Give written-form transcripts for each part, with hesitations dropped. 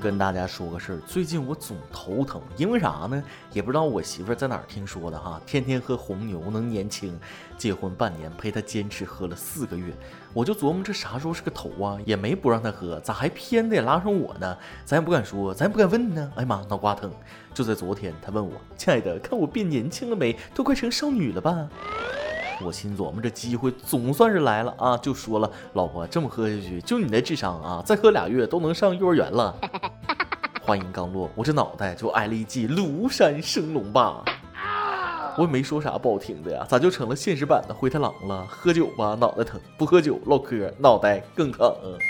跟大家说个事儿，最近我总头疼，因为啥呢？也不知道我媳妇儿在哪儿听说的哈，天天喝红牛能年轻，结婚半年陪她坚持喝了4个月，我就琢磨这啥时候是个头啊？也没不让她喝，咋还偏得拉上我呢？咱也不敢说，咱也不敢问呢。哎呀妈，脑瓜疼！就在昨天，她问我，亲爱的，看我变年轻了没？都快成少女了吧？我心琢磨这机会总算是来了啊，就说了，老婆这么喝下去，就你那智商啊，再喝2月都能上幼儿园了。话音刚落，我这脑袋就挨了一记庐山升龙霸。我也没说啥不好听的呀，咋就成了现实版的灰太狼了？喝酒吧脑袋疼，不喝酒唠嗑脑袋更疼。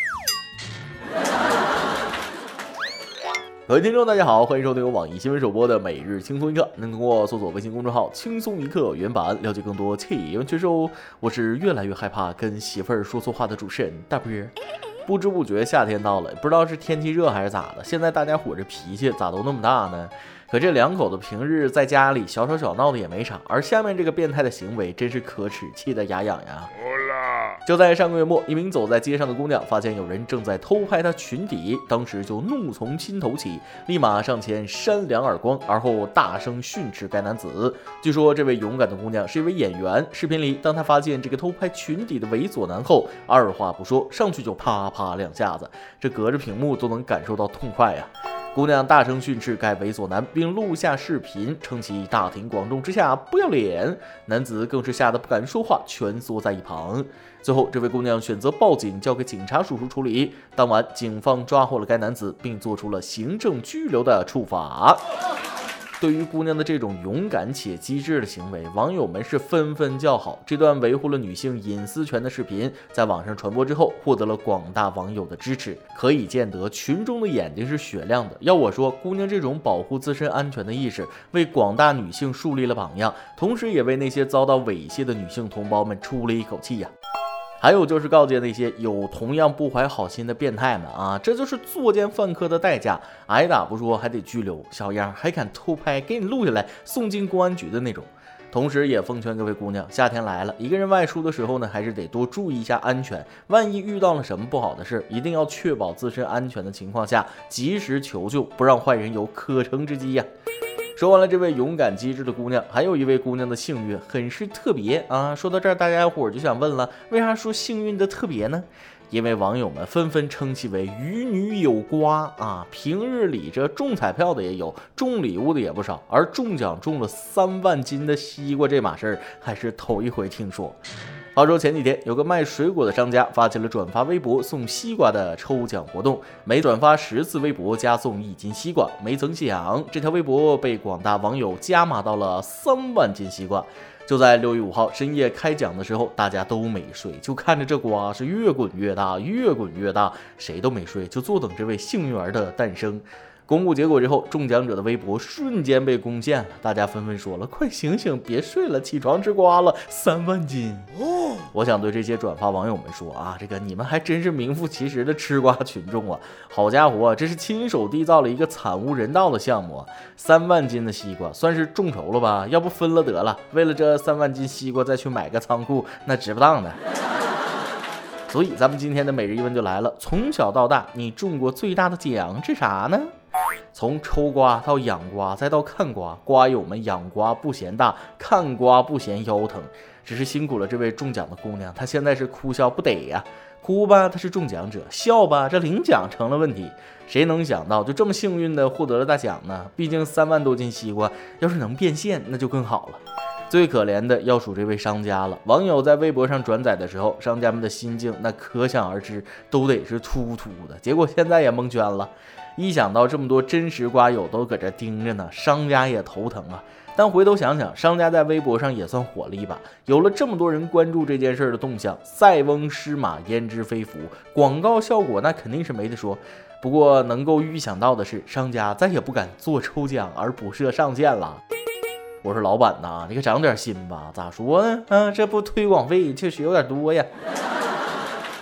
各位听众大家好，欢迎收听由网易新闻首播的每日轻松一刻，能通过搜索微信公众号轻松一刻原版了解更多气温趋势哦。我是越来越害怕跟媳妇儿说错话的主持人大波。不知不觉夏天到了，不知道是天气热还是咋的，现在大家伙这脾气咋都那么大呢？可这两口子平日在家里小吵小闹的也没啥，而下面这个变态的行为真是可耻，气得牙痒痒。就在上个月末，一名走在街上的姑娘发现有人正在偷拍她裙底，当时就怒从心头起，立马上前扇2耳光，而后大声训斥该男子。据说这位勇敢的姑娘是一位演员，视频里当她发现这个偷拍裙底的猥琐男后，二话不说上去就啪啪2下子，这隔着屏幕都能感受到痛快呀。姑娘大声训斥该猥琐男，并录下视频，称其大庭广众之下不要脸。男子更是吓得不敢说话，蜷缩在一旁。最后，这位姑娘选择报警，交给警察叔叔处理。当晚，警方抓获了该男子，并做出了行政拘留的处罚。对于姑娘的这种勇敢且机智的行为，网友们是纷纷叫好。这段维护了女性隐私权的视频在网上传播之后，获得了广大网友的支持，可以见得群众的眼睛是雪亮的。要我说，姑娘这种保护自身安全的意识，为广大女性树立了榜样，同时也为那些遭到猥亵的女性同胞们出了一口气呀。还有就是告诫那些有同样不怀好心的变态们啊，这就是作奸犯科的代价，挨打不说还得拘留，小样还敢偷拍，给你录下来送进公安局的那种。同时也奉劝各位姑娘，夏天来了，一个人外出的时候呢，还是得多注意一下安全，万一遇到了什么不好的事，一定要确保自身安全的情况下及时求救，不让坏人有可乘之机呀。说完了这位勇敢机智的姑娘，还有一位姑娘的幸运很是特别啊。说到这儿，大家伙就想问了，为啥说幸运的特别呢？因为网友们纷纷称其为与女有瓜啊。平日里这中彩票的也有，中礼物的也不少，而中奖中了3万斤的西瓜这码事儿还是头一回听说。话说前几天，有个卖水果的商家发起了转发微博送西瓜的抽奖活动，每转发10次微博加送1斤西瓜。没曾想，这条微博被广大网友加码到了3万斤西瓜。就在6月5号深夜开奖的时候，大家都没睡，就看着这瓜是越滚越大，越滚越大，谁都没睡，就坐等这位幸运儿的诞生。公布结果之后，中奖者的微博瞬间被攻陷了，大家纷纷说了，快醒醒，别睡了，起床吃瓜了，3万斤。我想对这些转发网友们说啊，这个你们还真是名副其实的吃瓜群众啊！好家伙，这是亲手缔造了一个惨无人道的项目啊！3万斤的西瓜算是众筹了吧？要不分了得了，为了这3万斤西瓜再去买个仓库，那值不当的。所以咱们今天的每日一问就来了，从小到大你中过最大的奖是啥呢？从抽瓜到养瓜再到看瓜，瓜友们养瓜不嫌大，看瓜不嫌腰疼，只是辛苦了这位中奖的姑娘，她现在是哭笑不得呀。哭吧她是中奖者，笑吧这领奖成了问题。谁能想到就这么幸运的获得了大奖呢？毕竟3万多斤西瓜要是能变现那就更好了。最可怜的要数这位商家了，网友在微博上转载的时候，商家们的心境那可想而知，都得是突突的。结果现在也蒙圈了，一想到这么多真实瓜友都搁这盯着呢，商家也头疼啊。但回头想想，商家在微博上也算火了一把，有了这么多人关注这件事的动向，塞翁失马焉知非福，广告效果那肯定是没得说。不过能够预想到的是，商家再也不敢做抽奖而不设上限了。我说老板呐，你可长点心吧，咋说呢？这不推广费确实有点多呀。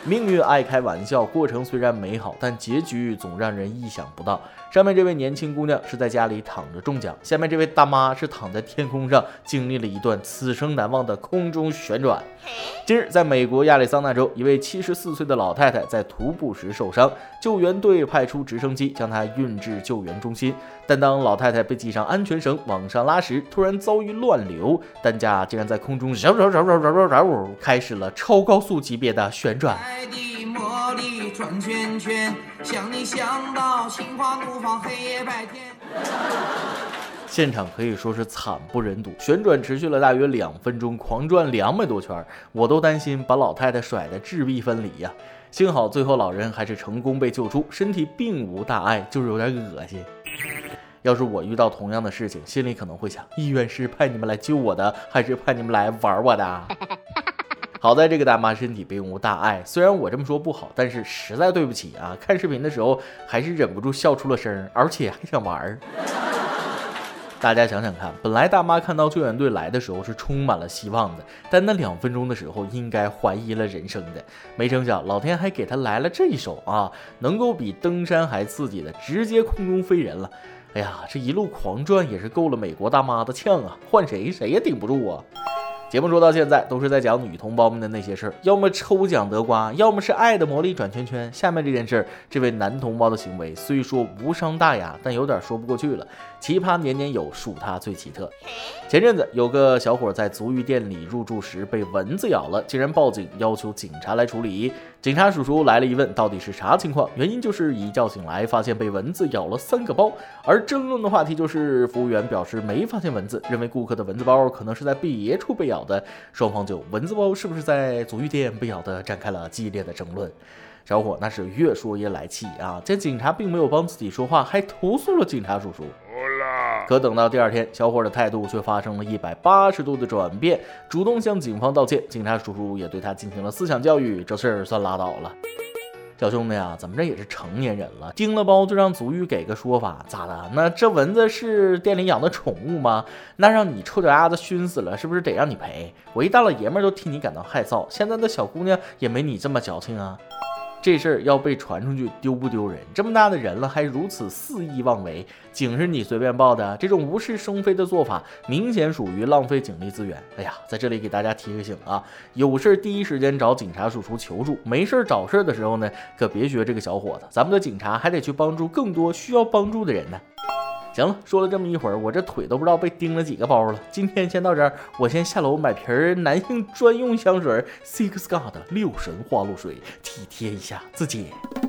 命运爱开玩笑，过程虽然美好，但结局总让人意想不到。上面这位年轻姑娘是在家里躺着中奖，下面这位大妈是躺在天空上，经历了一段此生难忘的空中旋转。近日，在美国亚利桑那州，一位74岁的老太太在徒步时受伤，救援队派出直升机将她运至救援中心。但当老太太被系上安全绳往上拉时，突然遭遇乱流，担架竟然在空中开始了超高速级别的旋转。魔力转圈圈，想你想到心花怒放，黑夜白天。现场可以说是惨不忍睹，旋转持续了大约2分钟，狂转200多圈，我都担心把老太太甩得质壁分离呀。幸好最后老人还是成功被救出，身体并无大碍，就是有点恶心。要是我遇到同样的事情，心里可能会想，医院是派你们来救我的，还是派你们来玩我的？好在这个大妈身体并无大碍，虽然我这么说不好，但是实在对不起啊！看视频的时候还是忍不住笑出了声，而且还想玩。大家想想看，本来大妈看到救援队来的时候是充满了希望的，但那2分钟的时候应该怀疑了人生的。没成想老天还给她来了这一手啊，能够比登山还刺激的，直接空中飞人了。哎呀，这一路狂转也是够了美国大妈的呛啊，换谁也顶不住啊！节目说到现在都是在讲女同胞们的那些事儿，要么抽奖得瓜，要么是爱的魔力转圈圈。下面这件事儿，这位男同胞的行为虽说无伤大雅，但有点说不过去了。奇葩年年有，属他最奇特。前阵子有个小伙在足浴店里入住时被蚊子咬了，竟然报警要求警察来处理。警察叔叔来了一问，到底是啥情况？原因就是一觉醒来发现被蚊子咬了3个包。而争论的话题就是服务员表示没发现蚊子，认为顾客的蚊子包可能是在别处被咬的，双方就蚊子包是不是在足浴店被咬的展开了激烈的争论。小伙那是越说越来气啊！见警察并没有帮自己说话，还投诉了警察叔叔。可等到第2天，小伙的态度却发生了180度的转变，主动向警方道歉，警察叔叔也对他进行了思想教育，这事儿算拉倒了。小兄弟啊，咱们这也是成年人了，叮了包就让足浴给个说法，咋的？那这蚊子是店里养的宠物吗？那让你臭脚丫子熏死了，是不是得让你赔？我一大老爷们都替你感到害臊，现在的小姑娘也没你这么矫情啊！这事儿要被传出去丢不丢人？这么大的人了还如此肆意妄为，警是你随便报的，这种无事生非的做法明显属于浪费警力资源。哎呀，在这里给大家提个醒啊，有事第一时间找警察叔叔求助，没事找事的时候呢，可别学这个小伙子，咱们的警察还得去帮助更多需要帮助的人呢。行了，说了这么一会儿，我这腿都不知道被叮了几个包了。今天先到这儿，我先下楼买瓶男性专用香水 Six God 6神花露水，体贴一下自己。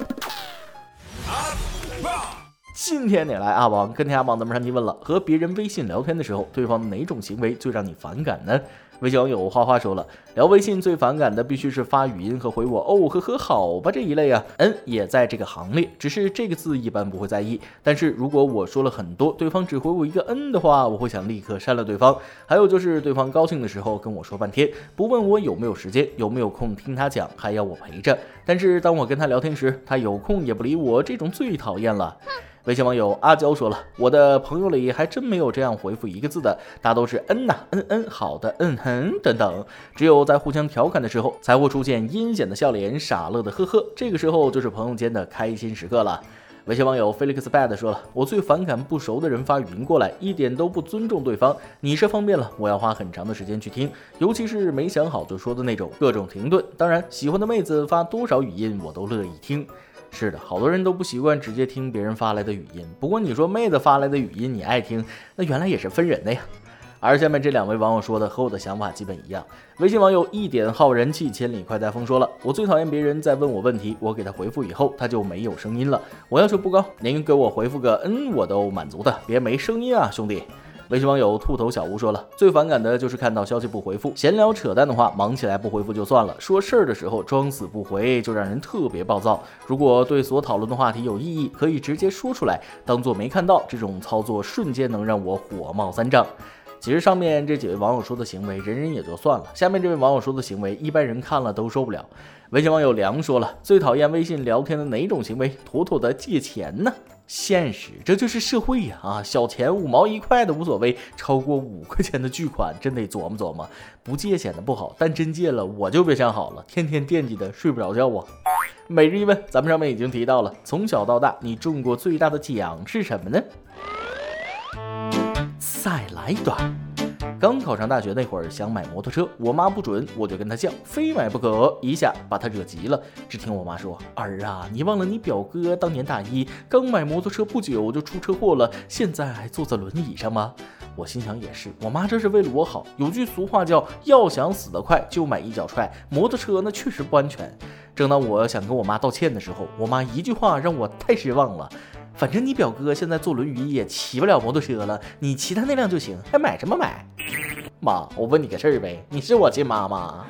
今天得来阿王跟天阿王咱们上提问了，和别人微信聊天的时候，对方的哪种行为最让你反感呢？微信网友花花说了，聊微信最反感的必须是发语音和回我哦呵呵好吧这一类啊，也在这个行列，只是这个字一般不会在意，但是如果我说了很多，对方只回我一个的话，我会想立刻删了对方。还有就是对方高兴的时候跟我说半天，不问我有没有时间，有没有空听他讲，还要我陪着，但是当我跟他聊天时，他有空也不理我，这种最讨厌了。微信网友阿娇说了，我的朋友里还真没有这样回复一个字的，大都是呐好的哼等等，只有在互相调侃的时候才会出现阴险的笑脸傻乐的呵呵，这个时候就是朋友间的开心时刻了。微信网友 Felix Bad 说了，我最反感不熟的人发语音过来，一点都不尊重对方，你是方便了，我要花很长的时间去听，尤其是没想好就说的那种，各种停顿。当然喜欢的妹子发多少语音我都乐意听。是的，好多人都不习惯直接听别人发来的语音，不过你说妹子发来的语音你爱听，那原来也是分人的呀。而下面这2位网友说的和我的想法基本一样。微信网友一点好人气千里快带风说了，我最讨厌别人在问我问题，我给他回复以后他就没有声音了，我要求不高，您给我回复个我都满足的，别没声音啊兄弟。微信网友兔头小吴说了，最反感的就是看到消息不回复，闲聊扯淡的话忙起来不回复就算了，说事儿的时候装死不回就让人特别暴躁。如果对所讨论的话题有异议，可以直接说出来，当做没看到，这种操作瞬间能让我火冒三丈。 其实上面这几位网友说的行为，人人也就算了，下面这位网友说的行为，一般人看了都受不了。微信网友梁说了，最讨厌微信聊天的哪种行为？妥妥的借钱呢。现实，这就是社会呀！小钱5毛1块的无所谓，超过5块钱的巨款真得琢磨琢磨。不借显得不好，但真借了我就别想好了，天天惦记的睡不着觉啊。每日一问，咱们上面已经提到了，从小到大你中过最大的奖是什么呢？再来一段。刚考上大学那会儿想买摩托车，我妈不准，我就跟她犟，非买不可，一下把她惹急了。只听我妈说：“儿啊，你忘了你表哥当年大一刚买摩托车不久就出车祸了，现在还坐在轮椅上吗？”我心想也是，我妈这是为了我好。有句俗话叫要想死得快就买一脚踹，摩托车呢确实不安全。正当我想跟我妈道歉的时候，我妈一句话让我太失望了。反正你表哥现在坐轮椅也骑不了摩托车了，你骑他那辆就行，还买什么买？妈，我问你个事儿呗，你是我亲妈吗？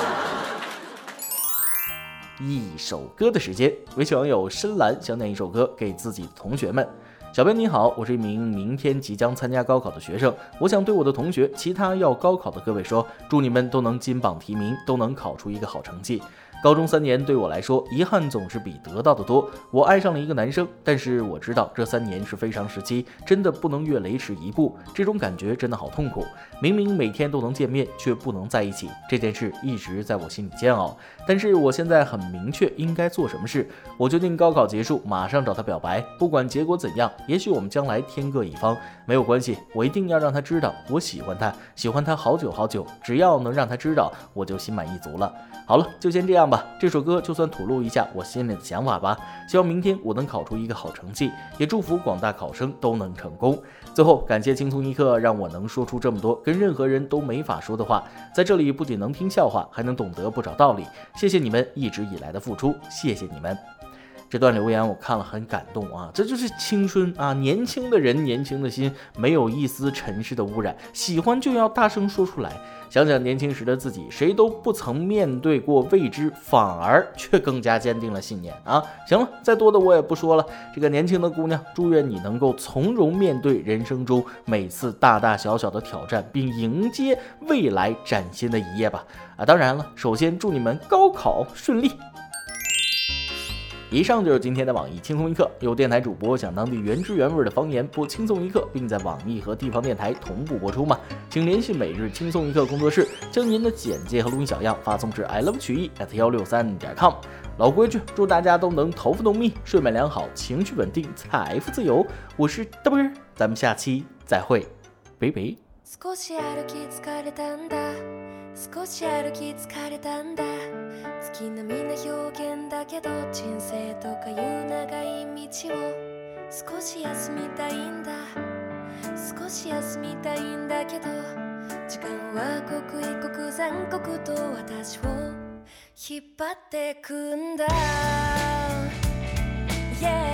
一首歌的时间，微信网友深蓝想点一首歌给自己的同学们。小编你好，我是一名明天即将参加高考的学生，我想对我的同学，其他要高考的各位说，祝你们都能金榜题名，都能考出一个好成绩。高中3年对我来说，遗憾总是比得到的多。我爱上了一个男生，但是我知道这3年是非常时期，真的不能越雷池一步。这种感觉真的好痛苦，明明每天都能见面，却不能在一起，这件事一直在我心里煎熬。但是我现在很明确应该做什么事，我决定高考结束马上找他表白，不管结果怎样，也许我们将来天各一方，没有关系，我一定要让他知道我喜欢他，喜欢他好久好久，只要能让他知道，我就心满意足了。好了，就先这样吧，这首歌就算吐露一下我心里的想法吧。希望明天我能考出一个好成绩，也祝福广大考生都能成功。最后感谢轻松一刻，让我能说出这么多跟任何人都没法说的话，在这里不仅能听笑话，还能懂得不少道理。谢谢你们一直以来的付出，谢谢你们。这段留言我看了很感动啊，这就是青春啊！年轻的人，年轻的心，没有一丝尘世的污染，喜欢就要大声说出来。想想年轻时的自己，谁都不曾面对过未知，反而却更加坚定了信念啊！行了，再多的我也不说了。这个年轻的姑娘，祝愿你能够从容面对人生中每次大大小小的挑战，并迎接未来崭新的一页吧！当然了，首先祝你们高考顺利。以上就是今天的网易轻松一刻，有电台主播讲当地原汁原味的方言播轻松一刻，并在网易和地方电台同步播出吗？请联系每日轻松一刻工作室，将您的简介和录音小样发送至 iLoveChüyi@163.com。老规矩，祝大家都能头发浓密，睡眠良好，情绪稳定，财富自由。我是大波儿，咱们下期再会，拜拜。少し歩き疲れたんだ少し歩き疲れたんだ月並みな表現だけど人生とかいう長い道を少し休みたいんだ少し休みたいんだけど時間は刻一刻残酷と私を引っ張ってくんだ、yeah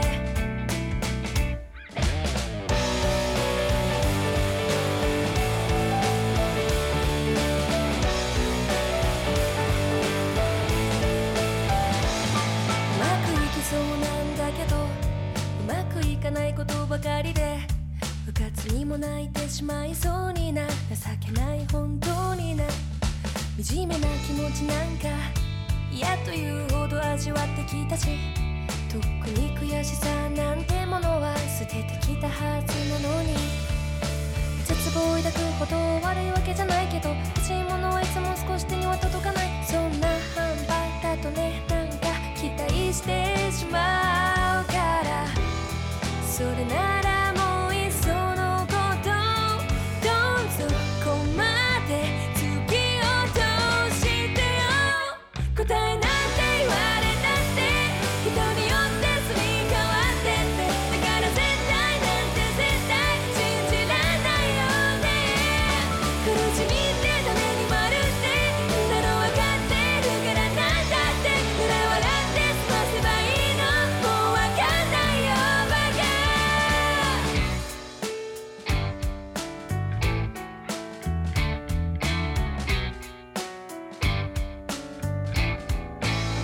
いかないことばかりでうかつにも泣いてしまいそうにな情けない本当にな惨めな気持ちなんか嫌というほど味わってきたしとっくに悔しさなんてものは捨ててきたはずなのに絶望を抱くほど悪いわけじゃないけど欲しいものはいつも少し手には届かないそんな販売だとねなんか期待してしまうからそれならもういっそのことどうぞここまで突き落としてよ答えなんて言われたって人によってすり替わってってだから絶対なんて絶対信じらんないよね苦しみって誰にもあるってだろう分かってるからなんだって胸笑って済ませばいいのもう分かんないよ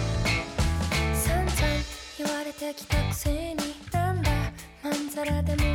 散々言われてきたくせになんだまんざらでも